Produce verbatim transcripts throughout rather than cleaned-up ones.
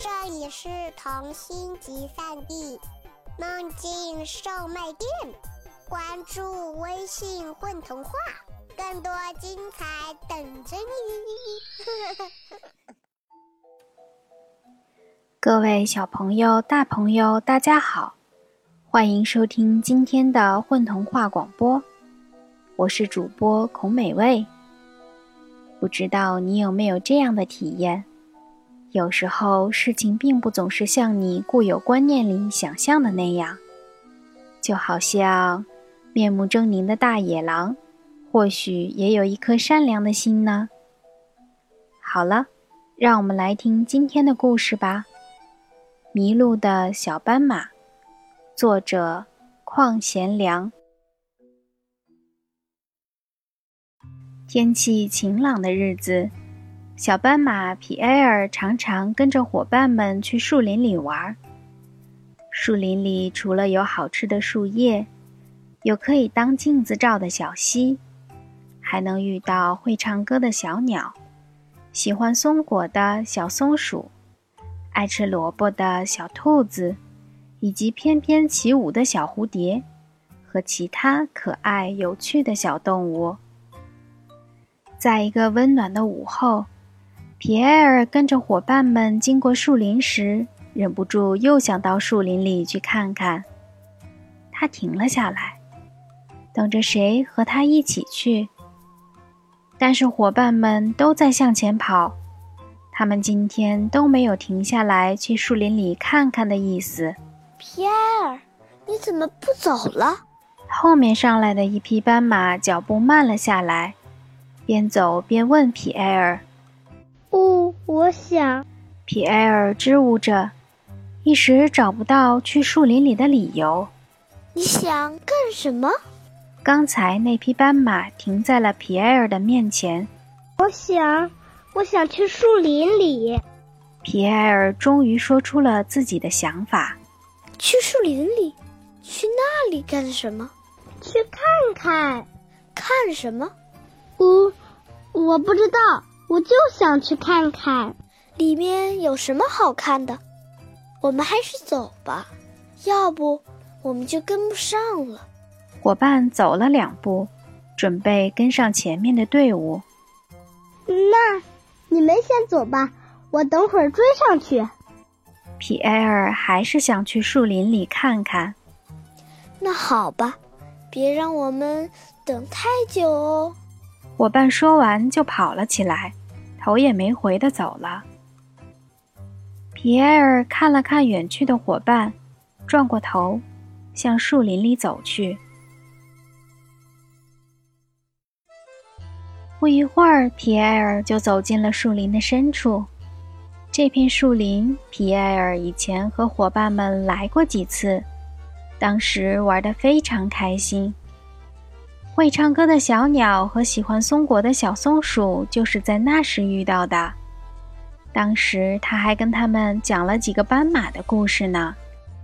这里是童心集散地梦境售卖店，关注微信混童话，更多精彩等着你。 各位小朋友大朋友大家好，欢迎收听今天的混童话广播，我是主播孔美味。不知道你有没有这样的体验，有时候事情并不总是像你固有观念里想象的那样，就好像面目狰狞的大野狼或许也有一颗善良的心呢。好了，让我们来听今天的故事吧。迷路的小斑马，作者邝贤良。天气晴朗的日子，小斑马皮埃尔常常跟着伙伴们去树林里玩。树林里除了有好吃的树叶，有可以当镜子照的小溪，还能遇到会唱歌的小鸟，喜欢松果的小松鼠，爱吃萝卜的小兔子，以及翩翩起舞的小蝴蝶和其他可爱有趣的小动物。在一个温暖的午后，皮埃尔跟着伙伴们经过树林时，忍不住又想到树林里去看看。他停了下来，等着谁和他一起去。但是伙伴们都在向前跑，他们今天都没有停下来去树林里看看的意思。 皮埃尔，你怎么不走了？ 后面上来的一匹斑马脚步慢了下来，边走边问皮埃尔。 哦，我想…… 皮埃尔支吾着，一时找不到去树林里的理由。 你想干什么？ 刚才那匹斑马停在了皮埃尔的面前。 我想，我想去树林里。 皮埃尔终于说出了自己的想法。 去树林里？去那里干什么？ 去看看。 看什么？ 我我不知道，我就想去看看。 里面有什么好看的？我们还是走吧，要不我们就跟不上了。 伙伴走了两步，准备跟上前面的队伍。 那你们先走吧，我等会儿追上去。 皮埃尔还是想去树林里看看。 那好吧，别让我们等太久哦。 伙伴说完就跑了起来，头也没回地走了。皮埃尔看了看远去的伙伴，转过头向树林里走去。不一会儿，皮埃尔就走进了树林的深处。这片树林，皮埃尔以前和伙伴们来过几次，当时玩得非常开心。会唱歌的小鸟和喜欢松果的小松鼠就是在那时遇到的。当时他还跟他们讲了几个斑马的故事呢。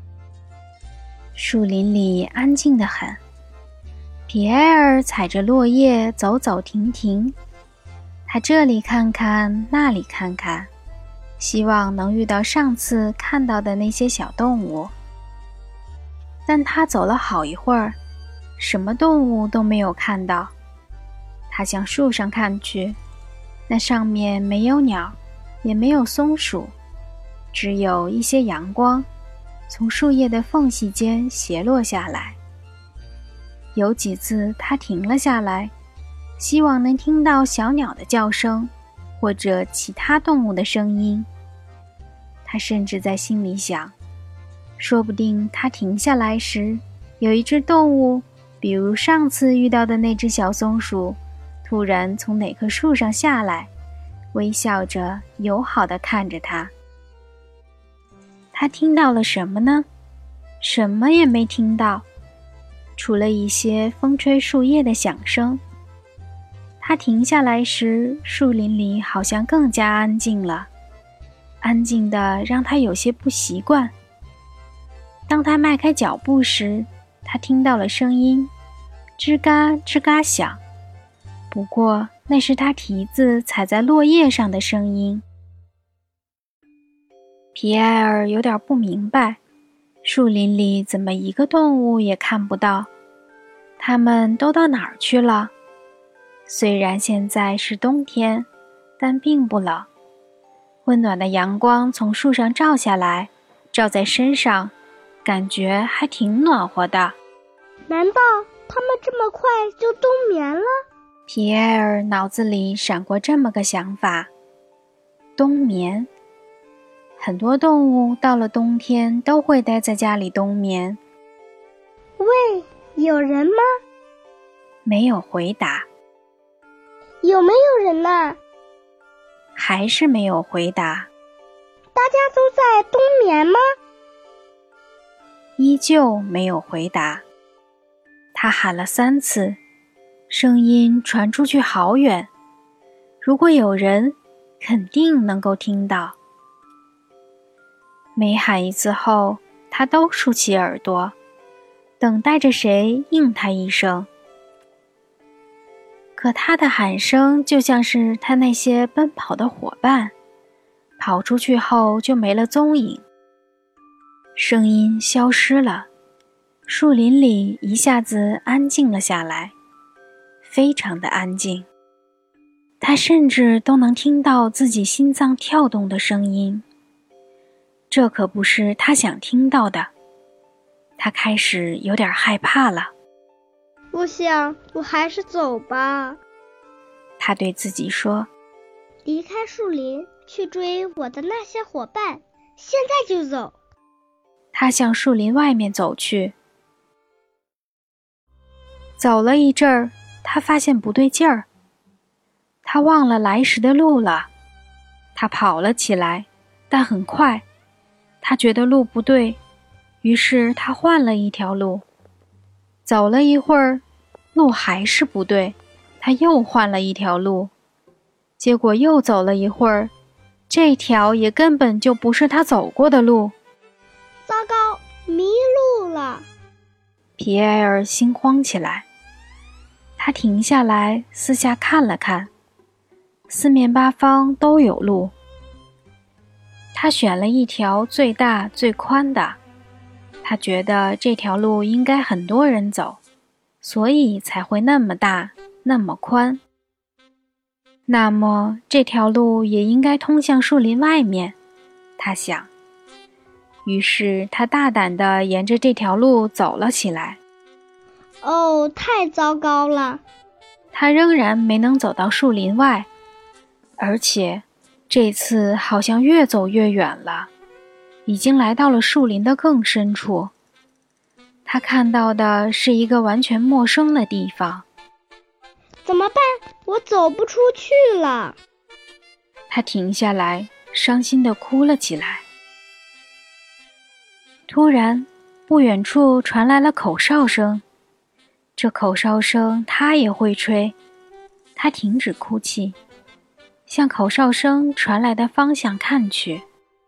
树林里安静得很，皮埃尔踩着落叶走走停停，他这里看看那里看看，希望能遇到上次看到的那些小动物。但他走了好一会儿，什么动物都没有看到。他向树上看去，那上面没有鸟，也没有松鼠，只有一些阳光从树叶的缝隙间斜落下来。有几次他停了下来，希望能听到小鸟的叫声或者其他动物的声音。他甚至在心里想，说不定他停下来时，有一只动物，比如上次遇到的那只小松鼠，突然从哪棵树上下来，微笑着友好地看着他。他听到了什么呢？什么也没听到，除了一些风吹树叶的响声。他停下来时，树林里好像更加安静了，安静得让他有些不习惯。当他迈开脚步时，他听到了声音，吱嘎吱嘎响，不过那是他蹄子踩在落叶上的声音。 皮埃尔有点不明白，树林里怎么一个动物也看不到？它们都到哪儿去了？虽然现在是冬天，但并不冷。温暖的阳光从树上照下来，照在身上，感觉还挺暖和的。 难道它们这么快就冬眠了？ 皮埃尔脑子里闪过这么个想法。冬眠，很多动物到了冬天都会待在家里冬眠。 喂，有人吗？ 没有回答。 有没有人呢？ 还是没有回答。 大家都在冬眠吗？ 依旧没有回答。他喊了三次，声音传出去好远，如果有人，肯定能够听到。每喊一次后，他都竖起耳朵，等待着谁应他一声。可他的喊声就像是他那些奔跑的伙伴，跑出去后就没了踪影。声音消失了，树林里一下子安静了下来，非常的安静。他甚至都能听到自己心脏跳动的声音，这可不是他想听到的。他开始有点害怕了。 我想我还是走吧， 他对自己说， 离开树林去追我的那些伙伴，现在就走。 他向树林外面走去。走了一阵儿，他发现不对劲儿，他忘了来时的路了。他跑了起来，但很快，他觉得路不对，于是他换了一条路。走了一会儿，路还是不对，他又换了一条路。结果又走了一会儿，这条也根本就不是他走过的路。 糟糕，迷路了！ 皮埃尔心慌起来。他停下来，四下看了看，四面八方都有路。他选了一条最大最宽的，他觉得这条路应该很多人走，所以才会那么大，那么宽。那么这条路也应该通向树林外面，他想。于是他大胆地沿着这条路走了起来。 哦，太糟糕了！ 他仍然没能走到树林外，而且这次好像越走越远了，已经来到了树林的更深处。他看到的是一个完全陌生的地方。 怎么办？我走不出去了！ 他停下来，伤心地哭了起来。突然，不远处传来了口哨声。这口哨声他也会吹。他停止哭泣，向口哨声传来的方向看去。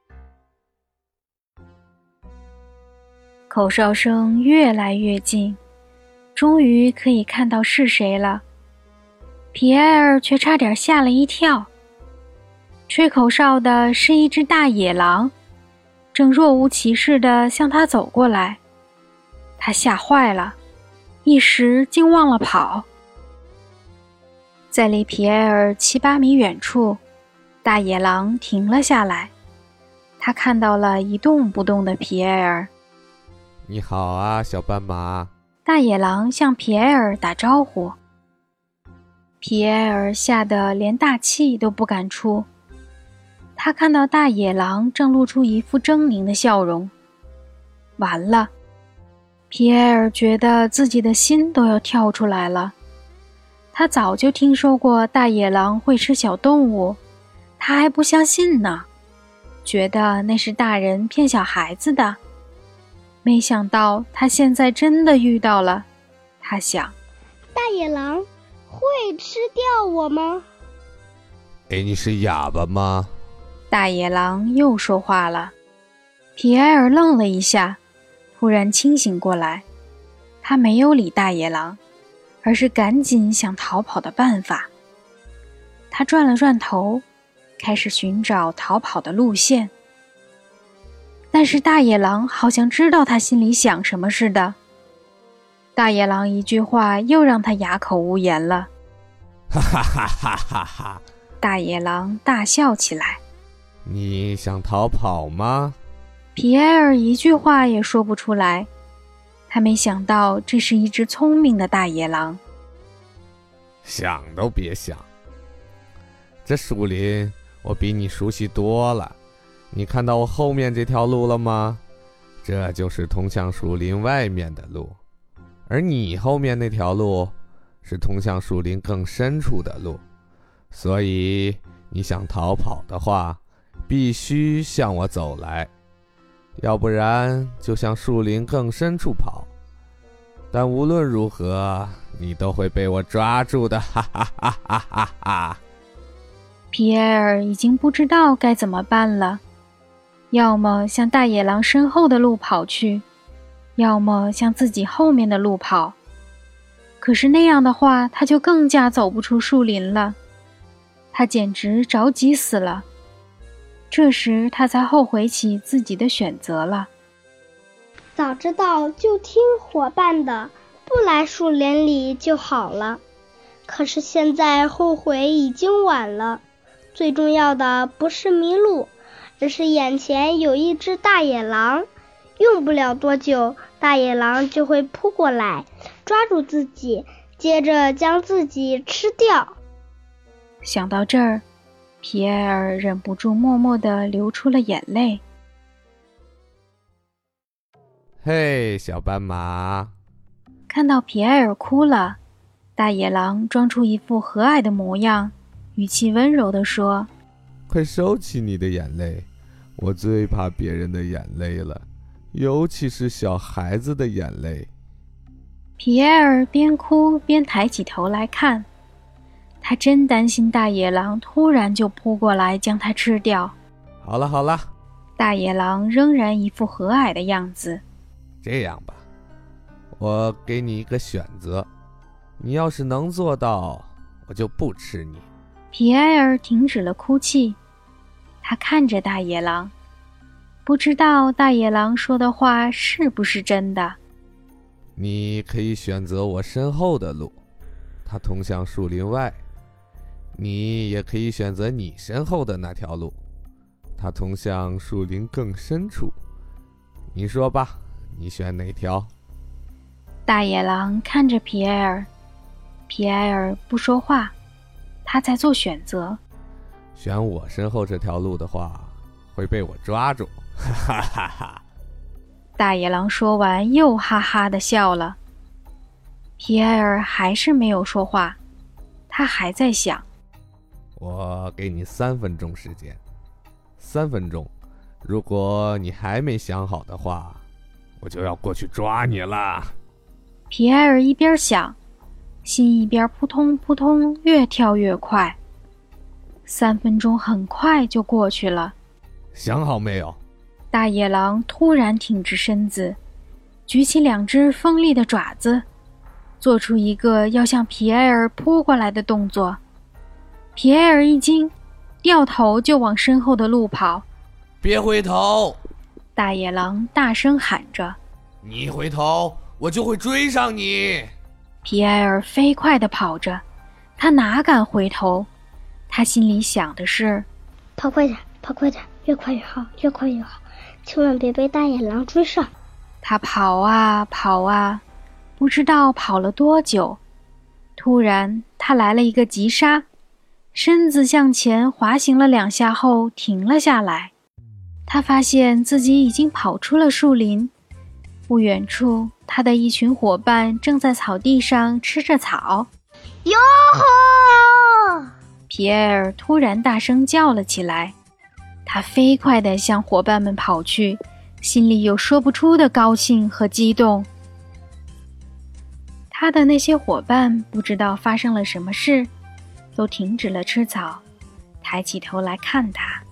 口哨声越来越近，终于可以看到是谁了。皮埃尔却差点吓了一跳。吹口哨的是一只大野狼，正若无其事地向他走过来。他吓坏了，一时竟忘了跑。在离皮埃尔七八米远处，大野狼停了下来。他看到了一动不动的皮埃尔。 你好啊，小斑马。 大野狼向皮埃尔打招呼。皮埃尔吓得连大气都不敢出。他看到大野狼正露出一副狰狞的笑容。完了，皮埃尔觉得自己的心都要跳出来了。他早就听说过大野狼会吃小动物，他还不相信呢，觉得那是大人骗小孩子的。没想到他现在真的遇到了，他想。 大野狼会吃掉我吗？ 哎，你是哑巴吗？ 大野狼又说话了。皮埃尔愣了一下，突然清醒过来。他没有理大野狼，而是赶紧想逃跑的办法。他转了转头，开始寻找逃跑的路线。 但是大野狼好像知道他心里想什么似的。大野狼一句话又让他哑口无言了。 哈哈哈哈哈哈！ 大野狼大笑起来。 你想逃跑吗？ 皮埃尔一句话也说不出来。他没想到这是一只聪明的大野狼。 想都别想，这树林我比你熟悉多了。你看到我后面这条路了吗？这就是通向树林外面的路，而你后面那条路是通向树林更深处的路。所以你想逃跑的话，必须向我走来，要不然就向树林更深处跑。但无论如何，你都会被我抓住的，哈哈哈哈哈哈！ 皮埃尔已经不知道该怎么办了，要么向大野狼身后的路跑去，要么向自己后面的路跑。可是那样的话，他就更加走不出树林了。他简直着急死了。这时他才后悔起自己的选择了。 早知道就听伙伴的，不来树林里就好了。可是现在后悔已经晚了。最重要的不是迷路，而是眼前有一只大野狼。用不了多久，大野狼就会扑过来，抓住自己，接着将自己吃掉。 想到这儿，皮埃尔忍不住默默地流出了眼泪。 嘿，小斑马！ 看到皮埃尔哭了，大野狼装出一副和蔼的模样，语气温柔地说： 快收起你的眼泪，我最怕别人的眼泪了，尤其是小孩子的眼泪。 皮埃尔边哭边抬起头来看，他真担心大野狼突然就扑过来将他吃掉。 好了好了， 大野狼仍然一副和蔼的样子。 这样吧，我给你一个选择，你要是能做到，我就不吃你。 皮埃尔停止了哭泣，他看着大野狼，不知道大野狼说的话是不是真的。 你可以选择我身后的路，它通向树林外。你也可以选择你身后的那条路，它通向树林更深处。你说吧，你选哪条？ 大野狼看着皮埃尔，皮埃尔不说话，他在做选择。 选我身后这条路的话，会被我抓住，哈哈哈哈！ 大野狼说完，又哈哈地笑了。皮埃尔还是没有说话，他还在想。 我给你三分钟时间，三分钟，如果你还没想好的话，我就要过去抓你了。 皮埃尔一边想，心一边扑通扑通越跳越快。三分钟很快就过去了。 想好没有？ 大野狼突然挺直身子，举起两只锋利的爪子，做出一个要向皮埃尔扑过来的动作。皮埃尔一惊，掉头就往身后的路跑。 别回头！ 大野狼大声喊着。 你回头，我就会追上你。 皮埃尔飞快地跑着，他哪敢回头？他心里想的是： 跑快点，跑快点，越快越好，越快越好，千万别被大野狼追上。 他跑啊跑啊，不知道跑了多久，突然他来了一个急刹，身子向前滑行了两下后停了下来。他发现自己已经跑出了树林，不远处他的一群伙伴正在草地上吃着草。 哟吼！ 皮埃尔突然大声叫了起来，他飞快地向伙伴们跑去，心里有说不出的高兴和激动。他的那些伙伴不知道发生了什么事，都停止了吃草，抬起头来看他。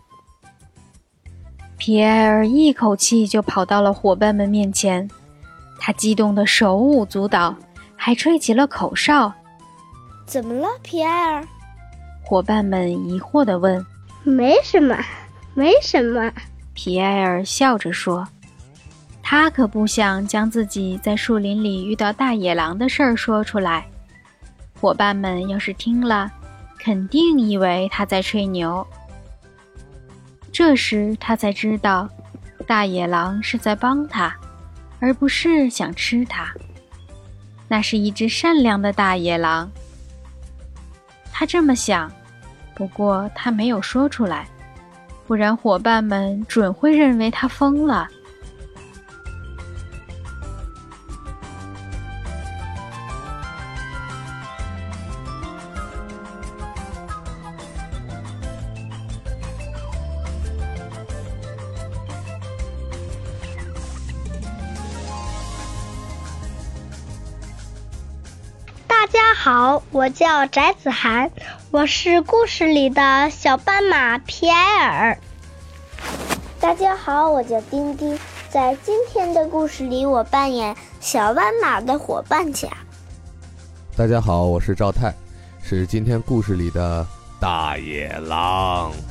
皮埃尔一口气就跑到了伙伴们面前，他激动得手舞足蹈，还吹起了口哨。 怎么了，皮埃尔？ 伙伴们疑惑地问。 没什么，没什么。 皮埃尔笑着说，他可不想将自己在树林里遇到大野狼的事儿说出来。伙伴们要是听了，肯定以为他在吹牛。这时他才知道，大野狼是在帮他，而不是想吃他。那是一只善良的大野狼。他这么想，不过他没有说出来，不然伙伴们准会认为他疯了。 大家好，我叫翟子涵，我是故事里的小斑马皮埃尔。 大家好，我叫丁丁，在今天的故事里，我扮演小斑马的伙伴甲。 大家好，我是赵泰，是今天故事里的大野狼。